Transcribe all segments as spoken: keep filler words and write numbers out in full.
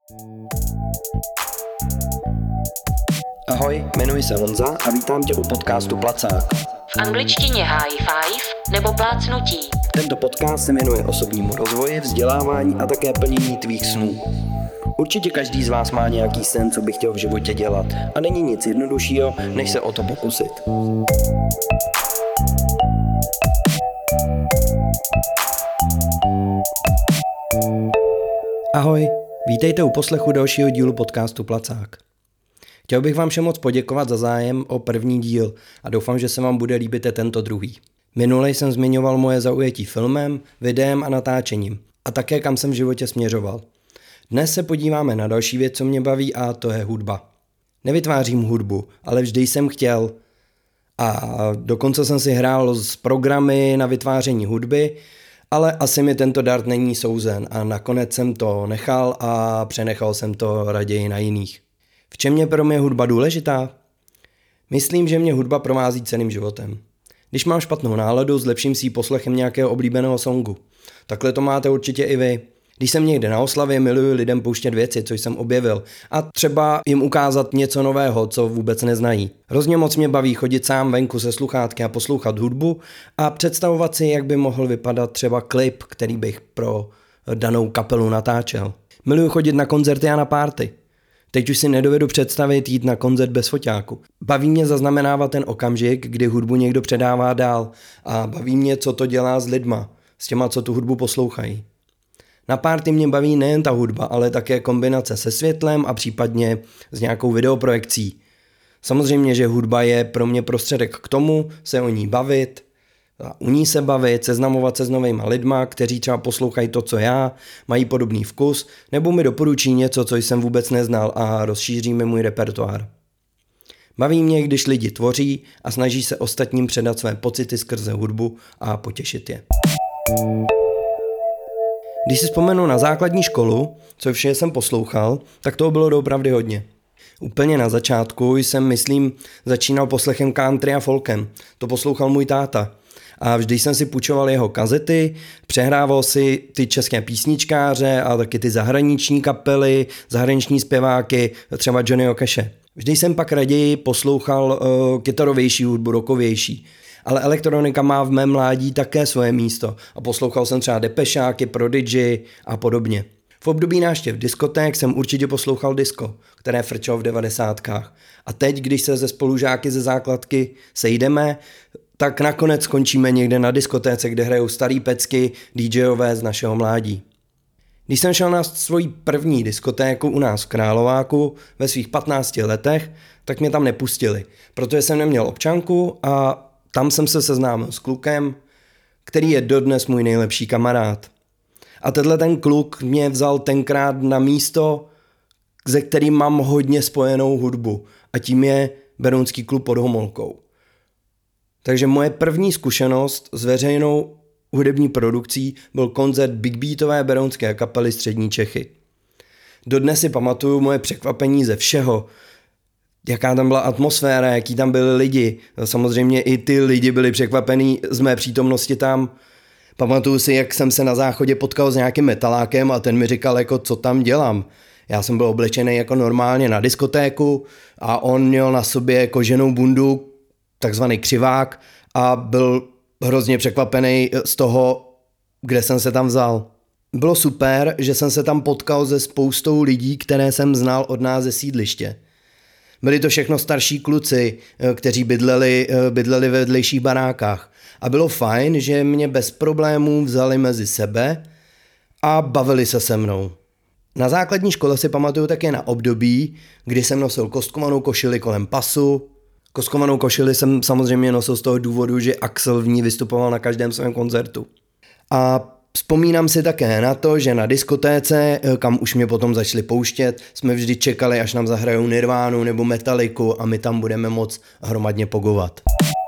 Ahoj, jmenuji se Honza a vítám tě u podcastu Placák. V angličtině high five nebo plácnutí. Tento podcast se věnuje osobnímu rozvoji, vzdělávání a také plnění tvých snů. Určitě každý z vás má nějaký sen, co by chtěl v životě dělat a není nic jednoduššího, než se o to pokusit. Ahoj, vítejte u poslechu dalšího dílu podcastu Placák. Chtěl bych vám všem moc poděkovat za zájem o první díl a doufám, že se vám bude líbit i tento druhý. Minule jsem zmiňoval moje zaujetí filmem, videem a natáčením a také kam jsem v životě směřoval. Dnes se podíváme na další věc, co mě baví, a to je hudba. Nevytvářím hudbu, ale vždy jsem chtěl a dokonce jsem si hrál s programy na vytváření hudby, ale asi mi tento dart není souzen a nakonec jsem to nechal a přenechal jsem to raději na jiných. V čem je pro mě hudba důležitá? Myslím, že mě hudba provází celým životem. Když mám špatnou náladu, zlepším si ji poslechem nějakého oblíbeného songu. Takhle to máte určitě i vy. Když jsem někde na oslavě, miluji lidem pouštět věci, co jsem objevil, a třeba jim ukázat něco nového, co vůbec neznají. Hrozně moc mě baví chodit sám venku se sluchátky a poslouchat hudbu a představovat si, jak by mohl vypadat třeba klip, který bych pro danou kapelu natáčel. Miluji chodit na koncerty a na party. Teď už si nedovedu představit jít na koncert bez foťáku. Baví mě zaznamenávat ten okamžik, kdy hudbu někdo předává dál, a baví mě, co to dělá s lidma, s těma, co tu hudbu poslouchají. Na party mě baví nejen ta hudba, ale také kombinace se světlem a případně s nějakou videoprojekcí. Samozřejmě, že hudba je pro mě prostředek k tomu se o ní bavit, a u ní se bavit, seznamovat se s novýma lidma, kteří třeba poslouchají to, co já, mají podobný vkus, nebo mi doporučí něco, co jsem vůbec neznal, a rozšíří mi můj repertoár. Baví mě, když lidi tvoří a snaží se ostatním předat své pocity skrze hudbu a potěšit je. Když si vzpomenu na základní školu, co vše jsem poslouchal, tak toho bylo doopravdy hodně. Úplně na začátku jsem, myslím, začínal poslechem country a folkem. To poslouchal můj táta. A vždy jsem si půjčoval jeho kazety, přehrával si ty české písničkáře a taky ty zahraniční kapely, zahraniční zpěváky, třeba Johnnyho Cashe. Vždy jsem pak raději poslouchal uh, kytarovější hudbu, rockovější. Ale elektronika má v mém mládí také svoje místo a poslouchal jsem třeba Depešáky, Prodigy a podobně. V období návštěv diskoték jsem určitě poslouchal disco, které frčelo v devadesátkách. A teď, když se ze spolužáky ze základky sejdeme, tak nakonec skončíme někde na diskotéce, kde hrajou starý pecky DJové z našeho mládí. Když jsem šel na svoji první diskotéku u nás v Králováku ve svých patnácti letech, tak mě tam nepustili, protože jsem neměl občanku a tam jsem se seznámil s klukem, který je dodnes můj nejlepší kamarád. A tenhle ten kluk mě vzal tenkrát na místo, ze kterým mám hodně spojenou hudbu, a tím je Berounský klub pod Homolkou. Takže moje první zkušenost s veřejnou hudební produkcí byl koncert big beatové berounské kapely Střední Čechy. Dodnes si pamatuju moje překvapení ze všeho, jaká tam byla atmosféra, jaký tam byli lidi. Samozřejmě i ty lidi byli překvapení z mé přítomnosti tam. Pamatuju si, jak jsem se na záchodě potkal s nějakým metalákem a ten mi říkal, jako, co tam dělám. Já jsem byl oblečený jako normálně na diskotéku a on měl na sobě koženou bundu, takzvaný křivák, a byl hrozně překvapený z toho, kde jsem se tam vzal. Bylo super, že jsem se tam potkal se spoustou lidí, které jsem znal od nás ze sídliště. Byli to všechno starší kluci, kteří bydleli, bydleli ve vedlejších barákách. A bylo fajn, že mě bez problémů vzali mezi sebe a bavili se se mnou. Na základní škole si pamatuju také na období, kdy jsem nosil kostkovanou košili kolem pasu. Kostkovanou košili jsem samozřejmě nosil z toho důvodu, že Axel v ní vystupoval na každém svém koncertu. A vzpomínám si také na to, že na diskotéce, kam už mě potom začali pouštět, jsme vždy čekali, až nám zahrajou Nirvánu nebo Metalliku a my tam budeme moc hromadně pogovat.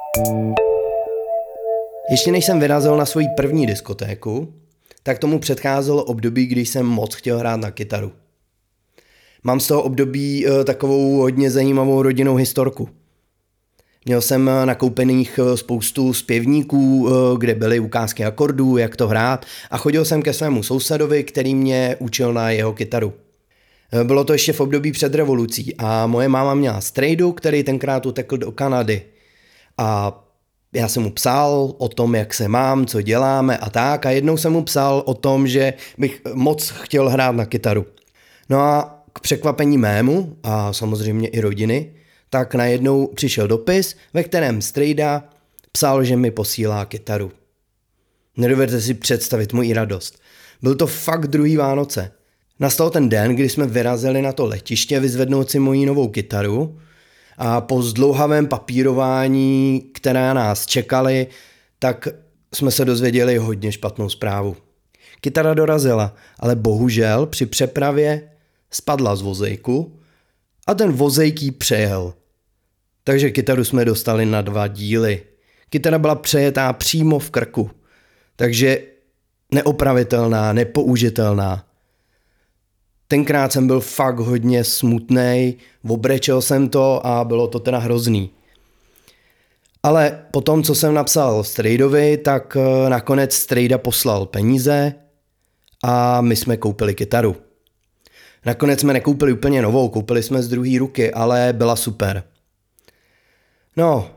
Ještě než jsem vyrazil na svoji první diskotéku, tak tomu předcházelo období, když jsem moc chtěl hrát na kytaru. Mám z toho období e, takovou hodně zajímavou rodinnou historku. Měl jsem nakoupených spoustu zpěvníků, kde byly ukázky akordů, jak to hrát, a chodil jsem ke svému sousedovi, který mě učil na jeho kytaru. Bylo to ještě v období před revolucí a moje máma měla strejdu, který tenkrát utekl do Kanady. A já jsem mu psal o tom, jak se mám, co děláme a tak. A jednou jsem mu psal o tom, že bych moc chtěl hrát na kytaru. No a k překvapení mému a samozřejmě i rodiny, tak najednou přišel dopis, ve kterém strejda psal, že mi posílá kytaru. Nedovedete si představit moji radost. Byl to fakt druhý Vánoce. Nastal ten den, kdy jsme vyrazili na to letiště vyzvednout si moji novou kytaru a po zdlouhavém papírování, která nás čekaly, tak jsme se dozvěděli hodně špatnou zprávu. Kytara dorazila, ale bohužel při přepravě spadla z vozejku a ten vozejk jí přejel. Takže kytaru jsme dostali na dva díly. Kytara byla přejetá přímo v krku, takže neopravitelná, nepoužitelná. Tenkrát jsem byl fakt hodně smutnej, obrečel jsem to a bylo to teda hrozný. Ale po tom, co jsem napsal strejdovi, tak nakonec strejda poslal peníze a my jsme koupili kytaru. Nakonec jsme nekoupili úplně novou, koupili jsme z druhé ruky, ale byla super. No,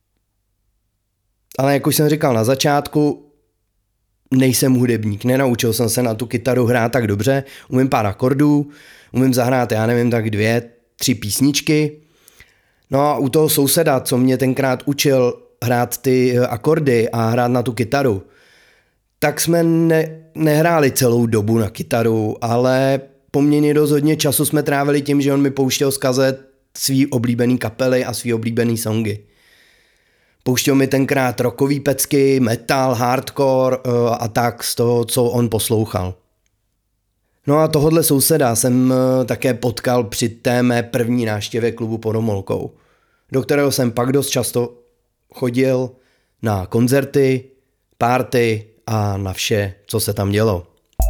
ale jak už jsem říkal na začátku, nejsem hudebník, nenaučil jsem se na tu kytaru hrát tak dobře, umím pár akordů, umím zahrát, já nevím, tak dvě, tři písničky. No a u toho souseda, co mě tenkrát učil hrát ty akordy a hrát na tu kytaru, tak jsme ne, nehráli celou dobu na kytaru, ale poměrně dost hodně času jsme trávili tím, že on mi pouštěl z kazet svý oblíbený kapely a svý oblíbený songy. Pouštěl mi tenkrát rockový pecky, metal, hardcore a tak z toho, co on poslouchal. No a tohodle souseda jsem také potkal při té mé první návštěvě klubu pod Homolkou, do kterého jsem pak dost často chodil na koncerty, party a na vše, co se tam dělo.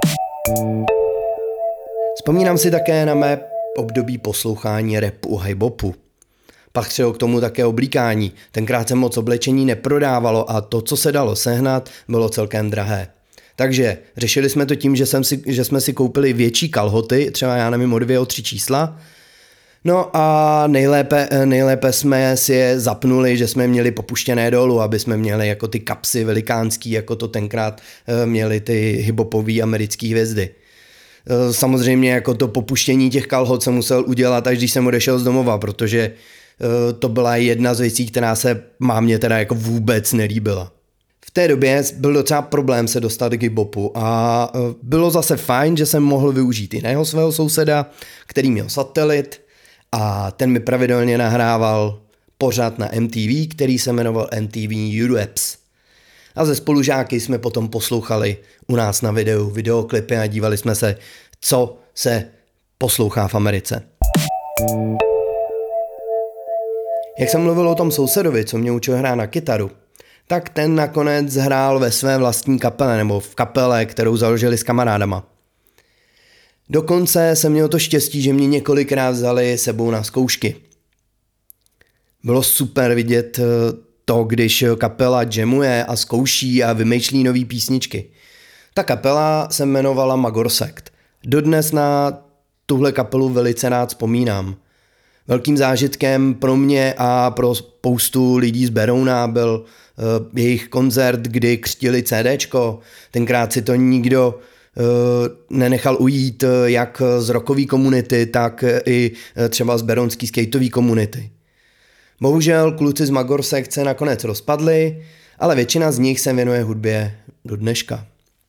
Vzpomínám si také na mé období poslouchání rapu a hip-hopu. Patřilo k tomu také oblíkání. Tenkrát se moc oblečení neprodávalo a to, co se dalo sehnat, bylo celkem drahé. Takže řešili jsme to tím, že, jsem si, že jsme si koupili větší kalhoty, třeba já nevím o dvě, o tři čísla. No a nejlépe, nejlépe jsme si je zapnuli, že jsme měli popuštěné dolů, aby jsme měli jako ty kapsy velikánský, jako to tenkrát měli ty hip-hopové americké hvězdy. Samozřejmě jako to popuštění těch kalhot jsem musel udělat, až když jsem odešel z domova, protože to byla jedna z věcí, která se mámě teda jako vůbec nelíbila. V té době byl docela problém se dostat k hip-hopu a bylo zase fajn, že jsem mohl využít jiného svého souseda, který měl satelit a ten mi pravidelně nahrával pořad na M T V, který se jmenoval M T V Euroapes. A ze spolužáky jsme potom poslouchali u nás na videu videoklipy a dívali jsme se, co se poslouchá v Americe. Jak jsem mluvil o tom sousedovi, co mě učil hrát na kytaru, tak ten nakonec hrál ve své vlastní kapele nebo v kapele, kterou založili s kamarádama. Dokonce jsem měl to štěstí, že mě několikrát vzali sebou na zkoušky. Bylo super vidět to, když kapela jamuje a zkouší a vymýšlí nový písničky. Ta kapela se jmenovala Magor Sect. Dodnes na tuhle kapelu velice rád vzpomínám. Velkým zážitkem pro mě a pro spoustu lidí z Berouna byl uh, jejich koncert, kdy křtili CDčko. Tenkrát si to nikdo uh, nenechal ujít, uh, jak z rockové komunity, tak i uh, třeba z berounské skateové komunity. Bohužel kluci z Magor Sect se nakonec rozpadli, ale většina z nich se věnuje hudbě do dneška.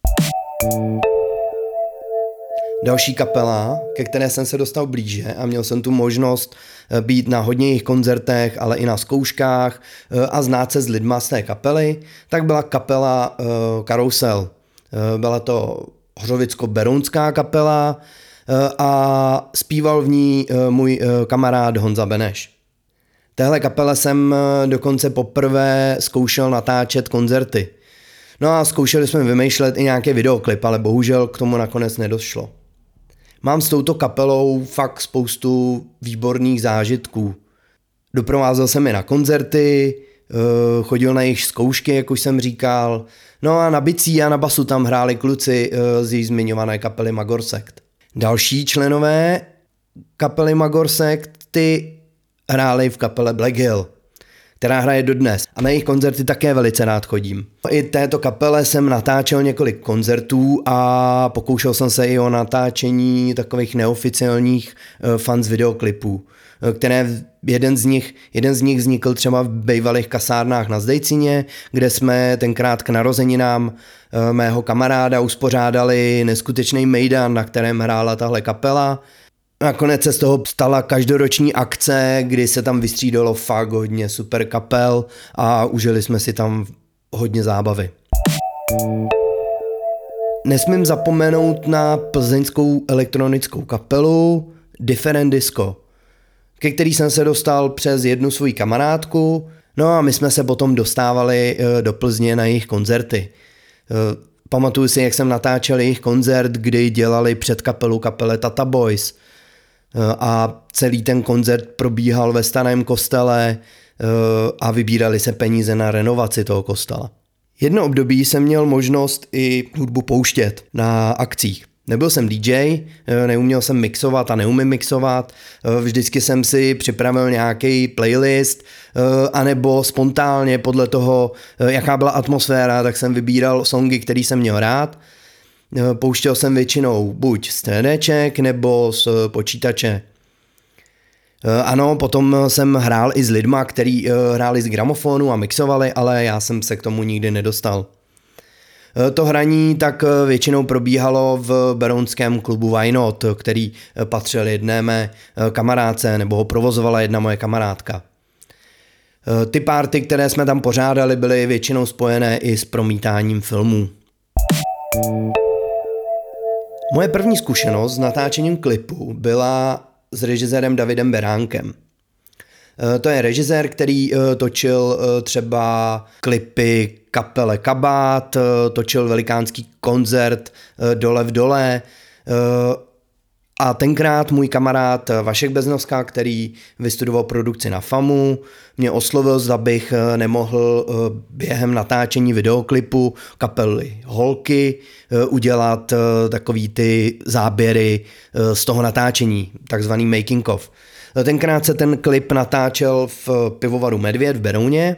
Další kapela, ke které jsem se dostal blíže a měl jsem tu možnost být na hodně jejich koncertech, ale i na zkouškách a znát se s lidma z té kapely, tak byla kapela uh, Karousel. Uh, byla to hřovicko-berounská kapela uh, a zpíval v ní uh, můj uh, kamarád Honza Beneš. Téhle kapele jsem uh, dokonce poprvé zkoušel natáčet koncerty. No a zkoušeli jsme vymýšlet i nějaký videoklip, ale bohužel k tomu nakonec nedošlo. Mám s touto kapelou fakt spoustu výborných zážitků. Doprovázel jsem je na koncerty, chodil na jejich zkoušky, jak už jsem říkal, no a na bicí a na basu tam hráli kluci z její zmiňované kapely Magor Sect. Další členové kapely Magorsek, ty hráli v kapele Black Hill, která hraje dodnes. A na jejich koncerty také velice rád chodím. I této kapele jsem natáčel několik koncertů a pokoušel jsem se i o natáčení takových neoficiálních fans videoklipů, které jeden z nich, jeden z nich vznikl třeba v bývalých kasárnách na Zdejcině, kde jsme tenkrát k narozeninám mého kamaráda uspořádali neskutečný mejdan, na kterém hrála tahle kapela. Nakonec se z toho stala každoroční akce, kdy se tam vystřídalo fakt hodně super kapel a užili jsme si tam hodně zábavy. Nesmím zapomenout na plzeňskou elektronickou kapelu Different Disco, ke který jsem se dostal přes jednu svou kamarádku, no a my jsme se potom dostávali do Plzně na jejich koncerty. Pamatuju si, jak jsem natáčel jejich koncert, kdy dělali před kapelu kapele Tata Boys a celý ten koncert probíhal ve starém kostele a vybírali se peníze na renovaci toho kostela. Jedno období jsem měl možnost i hudbu pouštět na akcích. Nebyl jsem D J, neuměl jsem mixovat a neumím mixovat, vždycky jsem si připravil nějaký playlist, anebo spontánně podle toho, jaká byla atmosféra, tak jsem vybíral songy, který jsem měl rád. Pouštěl jsem většinou buď z CDček nebo z počítače. Ano, potom jsem hrál i s lidma, kteří hráli z gramofonu a mixovali, ale já jsem se k tomu nikdy nedostal. To hraní tak většinou probíhalo v berounském klubu Why Not, který patřil jedné mé kamarádce, nebo ho provozovala jedna moje kamarádka. Ty party, které jsme tam pořádali, byly většinou spojené i s promítáním filmů. Moje první zkušenost s natáčením klipu byla s režisérem Davidem Beránkem. To je režisér, který točil třeba klipy kapele Kabát, točil velikánský koncert Dole v dole a tenkrát můj kamarád Vašek Beznoska, který vystudoval produkci na FAMu, mě oslovil, zda bych nemohl během natáčení videoklipu kapely Holky udělat takový ty záběry z toho natáčení, takzvaný making of. Tenkrát se ten klip natáčel v pivovaru Medvěd v Berouně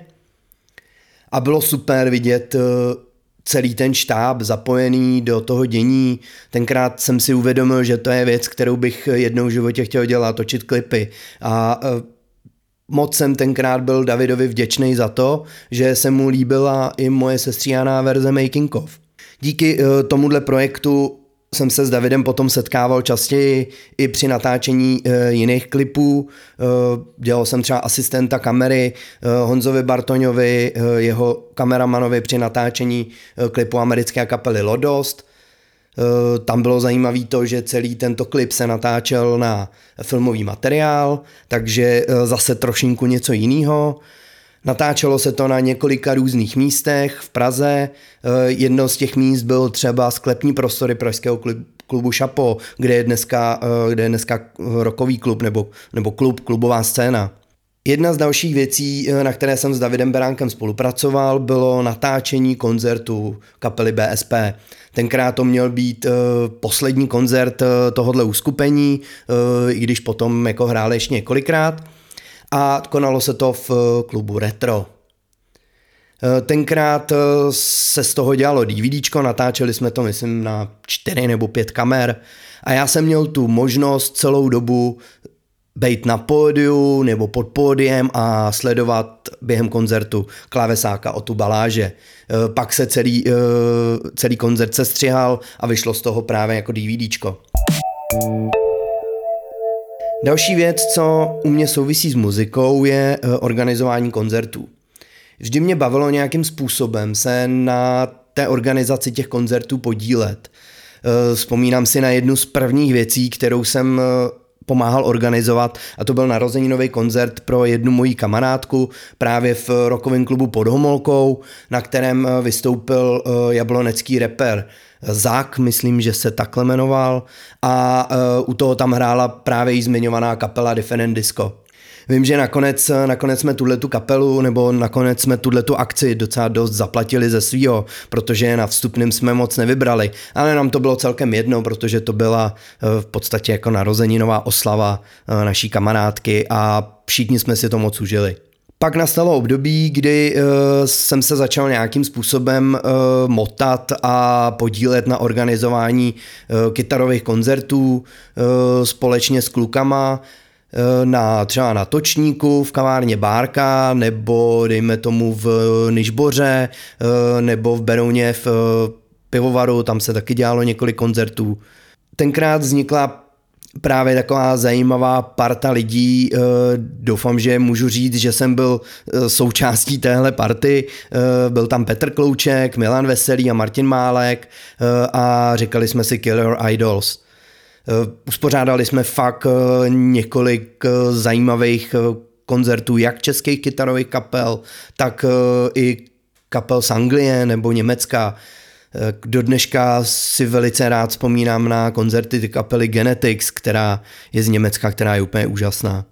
a bylo super vidět celý ten štáb zapojený do toho dění. Tenkrát jsem si uvědomil, že to je věc, kterou bych jednou v životě chtěl dělat, točit klipy. A moc jsem tenkrát byl Davidovi vděčný za to, že se mu líbila i moje sestříhaná verze making of. Díky tomuhle projektu jsem se s Davidem potom setkával častěji i při natáčení e, jiných klipů. E, dělal jsem třeba asistenta kamery e, Honzovi Bartoňovi, e, jeho kameramanovi při natáčení e, klipu americké kapely Lodost. E, tam bylo zajímavé to, že celý tento klip se natáčel na filmový materiál, takže e, zase trošinku něco jiného. Natáčelo se to na několika různých místech v Praze. Jedno z těch míst byl třeba sklepní prostory pražského klubu Šapo, kde je dneska, kde je dneska rockový klub nebo, nebo klub, klubová scéna. Jedna z dalších věcí, na které jsem s Davidem Beránkem spolupracoval, bylo natáčení koncertu kapely B S P. Tenkrát to měl být poslední koncert tohohle uskupení, i když potom jako hráli ještě několikrát. A konalo se to v klubu Retro. Tenkrát se z toho dělalo DVDčko, natáčeli jsme to myslím na čtyři nebo pět kamer a já jsem měl tu možnost celou dobu být na pódiu nebo pod pódiem a sledovat během koncertu klávesáka Otu Baláže. Pak se celý, celý koncert sestřihal a vyšlo z toho právě jako DVDčko. Další věc, co u mě souvisí s muzikou, je organizování koncertů. Vždy mě bavilo nějakým způsobem se na té organizaci těch koncertů podílet. Vzpomínám si na jednu z prvních věcí, kterou jsem pomáhal organizovat, a to byl narozeninový koncert pro jednu moji kamarádku právě v rockovém klubu Pod Homolkou, na kterém vystoupil jablonecký rapper Zák, myslím, že se takhle jmenoval, a u toho tam hrála právě jí zmiňovaná kapela Different Disco. Vím, že nakonec, nakonec jsme tuhletu kapelu nebo nakonec jsme tuhletu akci docela dost zaplatili ze svýho, protože na vstupným jsme moc nevybrali, ale nám to bylo celkem jedno, protože to byla v podstatě jako narozeninová oslava naší kamarádky a všichni jsme si to moc užili. Pak nastalo období, kdy uh, jsem se začal nějakým způsobem uh, motat a podílet na organizování uh, kytarových koncertů uh, společně s klukama uh, na, třeba na Točníku v kavárně Bárka nebo dejme tomu v Nyšboře uh, nebo v Berouně v uh, pivovaru, tam se taky dělalo několik koncertů. Tenkrát vznikla právě taková zajímavá parta lidí, doufám, že můžu říct, že jsem byl součástí téhle party, byl tam Petr Klouček, Milan Veselý a Martin Málek a říkali jsme si Killer Idols. Uspořádali jsme fakt několik zajímavých koncertů, jak českých kytarových kapel, tak i kapel z Anglie nebo Německa. Do dneška si velice rád vzpomínám na koncerty ty kapely Genetics, která je z Německa, která je úplně úžasná.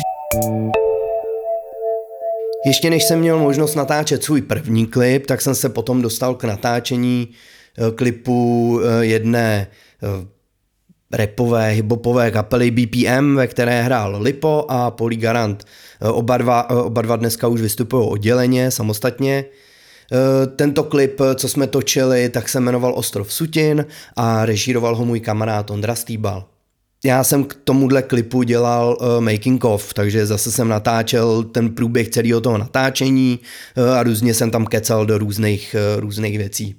Ještě než jsem měl možnost natáčet svůj první klip, tak jsem se potom dostal k natáčení klipu jedné rapové, hiphopové kapely B P M, ve které hrál Lipo a Polly Garant. Oba dva, oba dva dneska už vystupují odděleně, samostatně. Tento klip, co jsme točili, tak se jmenoval Ostrov Sutin a režíroval ho můj kamarád Ondra Stýbal. Já jsem k tomuhle klipu dělal uh, making of, takže zase jsem natáčel ten průběh celého toho natáčení uh, a různě jsem tam kecal do různých, uh, různých věcí.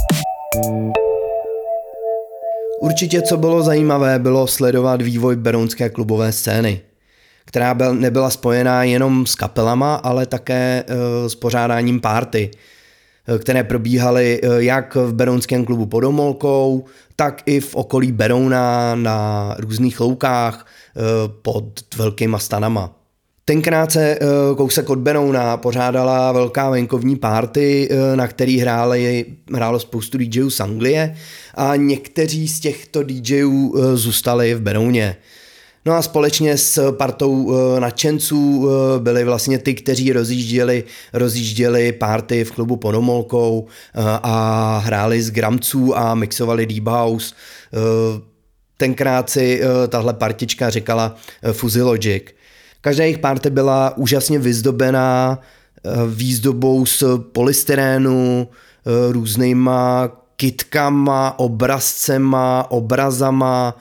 Určitě, co bylo zajímavé, bylo sledovat vývoj berounské klubové scény, která byl, nebyla spojená jenom s kapelama, ale také uh, s pořádáním party, které probíhaly jak v berounském klubu pod Homolkou, tak i v okolí Berouna na různých loukách pod velkýma stanama. Tenkrát se kousek od Berouna pořádala velká venkovní party, na který hráli, hrálo spoustu DJů z Anglie a někteří z těchto DJů zůstali v Berouně. No a společně s partou nadšenců byli vlastně ty, kteří rozjížděli, rozjížděli party v klubu pod Homolkou a hráli z gramců a mixovali deep house. Tenkrát si tahle partička říkala Fuzzy Logic. Každá jejich party byla úžasně vyzdobená výzdobou z polystyrénu, různýma kytkama, obrazcema, obrazama,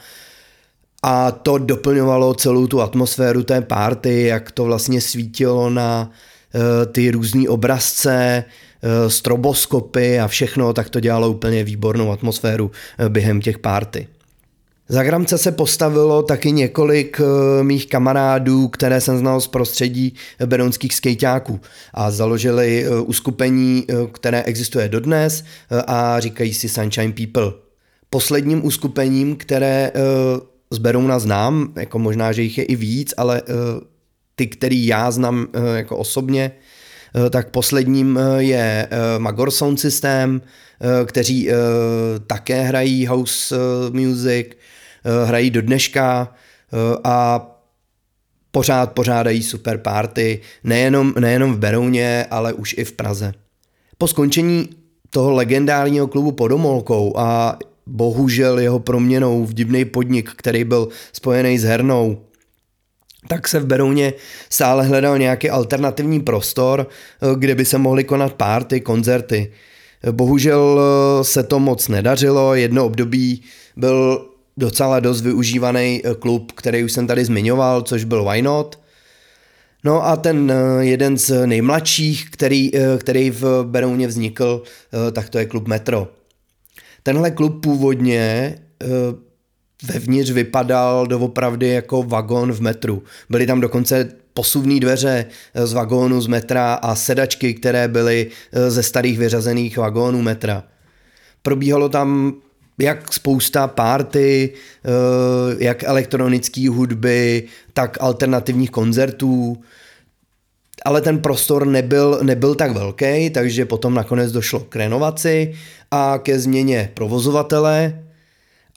a to doplňovalo celou tu atmosféru té party, jak to vlastně svítilo na uh, ty různý obrazce, uh, stroboskopy a všechno, tak to dělalo úplně výbornou atmosféru uh, během těch party. Za gramce se postavilo taky několik uh, mých kamarádů, které jsem znal z prostředí berounských skejťáků a založili uh, uskupení, uh, které existuje dodnes uh, a říkají si Sunshine People. Posledním uskupením, které uh, z Berouna znám, jako možná, že jich je i víc, ale uh, ty, který já znám uh, jako osobně, uh, tak posledním uh, je uh, Magor Sound System, uh, kteří uh, také hrají house uh, music, uh, hrají do dneška uh, a pořád pořádají super party, nejenom, nejenom v Berouně, ale už i v Praze. Po skončení toho legendárního klubu pod Homolkou a bohužel jeho proměnou v divný podnik, který byl spojený s hernou, tak se v Berouně stále hledal nějaký alternativní prostor, kde by se mohly konat party, koncerty. Bohužel se to moc nedařilo, jedno období byl docela dost využívaný klub, který už jsem tady zmiňoval, což byl Why Not. No a ten jeden z nejmladších, který, který v Berouně vznikl, tak to je klub Metro. Tenhle klub původně vevnitř vypadal doopravdy jako vagón v metru. Byly tam dokonce posuvné dveře z vagónu z metra a sedačky, které byly ze starých vyřazených vagónů metra. Probíhalo tam jak spousta party, jak elektronické hudby, tak alternativních koncertů, ale ten prostor nebyl, nebyl tak velký, takže potom nakonec došlo k renovaci a ke změně provozovatele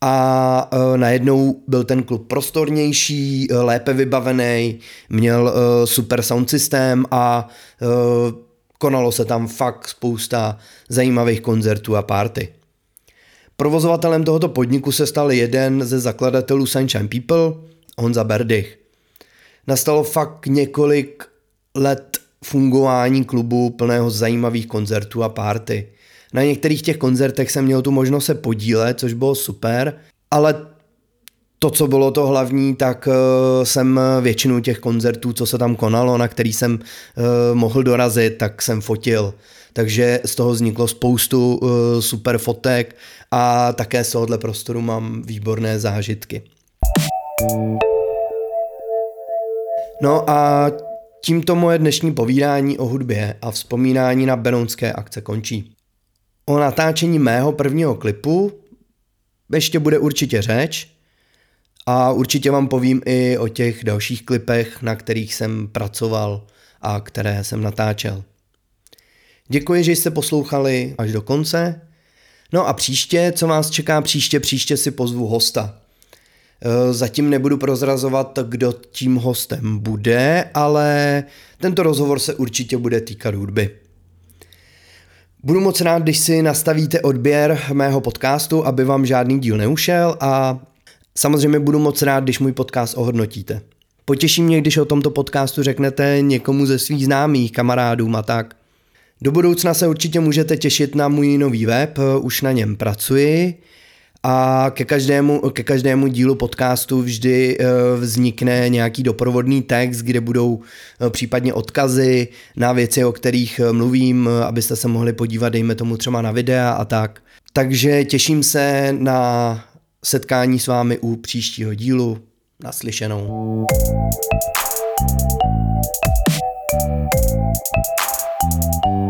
a e, najednou byl ten klub prostornější, e, lépe vybavený, měl e, super sound systém a e, konalo se tam fakt spousta zajímavých koncertů a party. Provozovatelem tohoto podniku se stal jeden ze zakladatelů Sunshine People, Honza Berdych. Nastalo fakt několik let fungování klubu plného zajímavých koncertů a party. Na některých těch koncertech jsem měl tu možnost se podílet, což bylo super, ale to, co bylo to hlavní, tak uh, jsem většinu těch koncertů, co se tam konalo, na který jsem uh, mohl dorazit, tak jsem fotil. Takže z toho vzniklo spoustu uh, super fotek a také z tohohle prostoru mám výborné zážitky. No a tímto moje dnešní povídání o hudbě a vzpomínání na berounské akce končí. O natáčení mého prvního klipu ještě bude určitě řeč a určitě vám povím i o těch dalších klipech, na kterých jsem pracoval a které jsem natáčel. Děkuji, že jste poslouchali až do konce. No a příště, co vás čeká příště, příště si pozvu hosta. Zatím nebudu prozrazovat, kdo tím hostem bude, ale tento rozhovor se určitě bude týkat hudby. Budu moc rád, když si nastavíte odběr mého podcastu, aby vám žádný díl neušel a samozřejmě budu moc rád, když můj podcast ohodnotíte. Potěší mě, když o tomto podcastu řeknete někomu ze svých známých, kamarádům a tak. Do budoucna se určitě můžete těšit na můj nový web, už na něm pracuji a ke každému, ke každému dílu podcastu vždy vznikne nějaký doprovodný text, kde budou případně odkazy na věci, o kterých mluvím, abyste se mohli podívat, dejme tomu třeba na videa a tak. Takže těším se na setkání s vámi u příštího dílu. Naslyšenou. Thank you.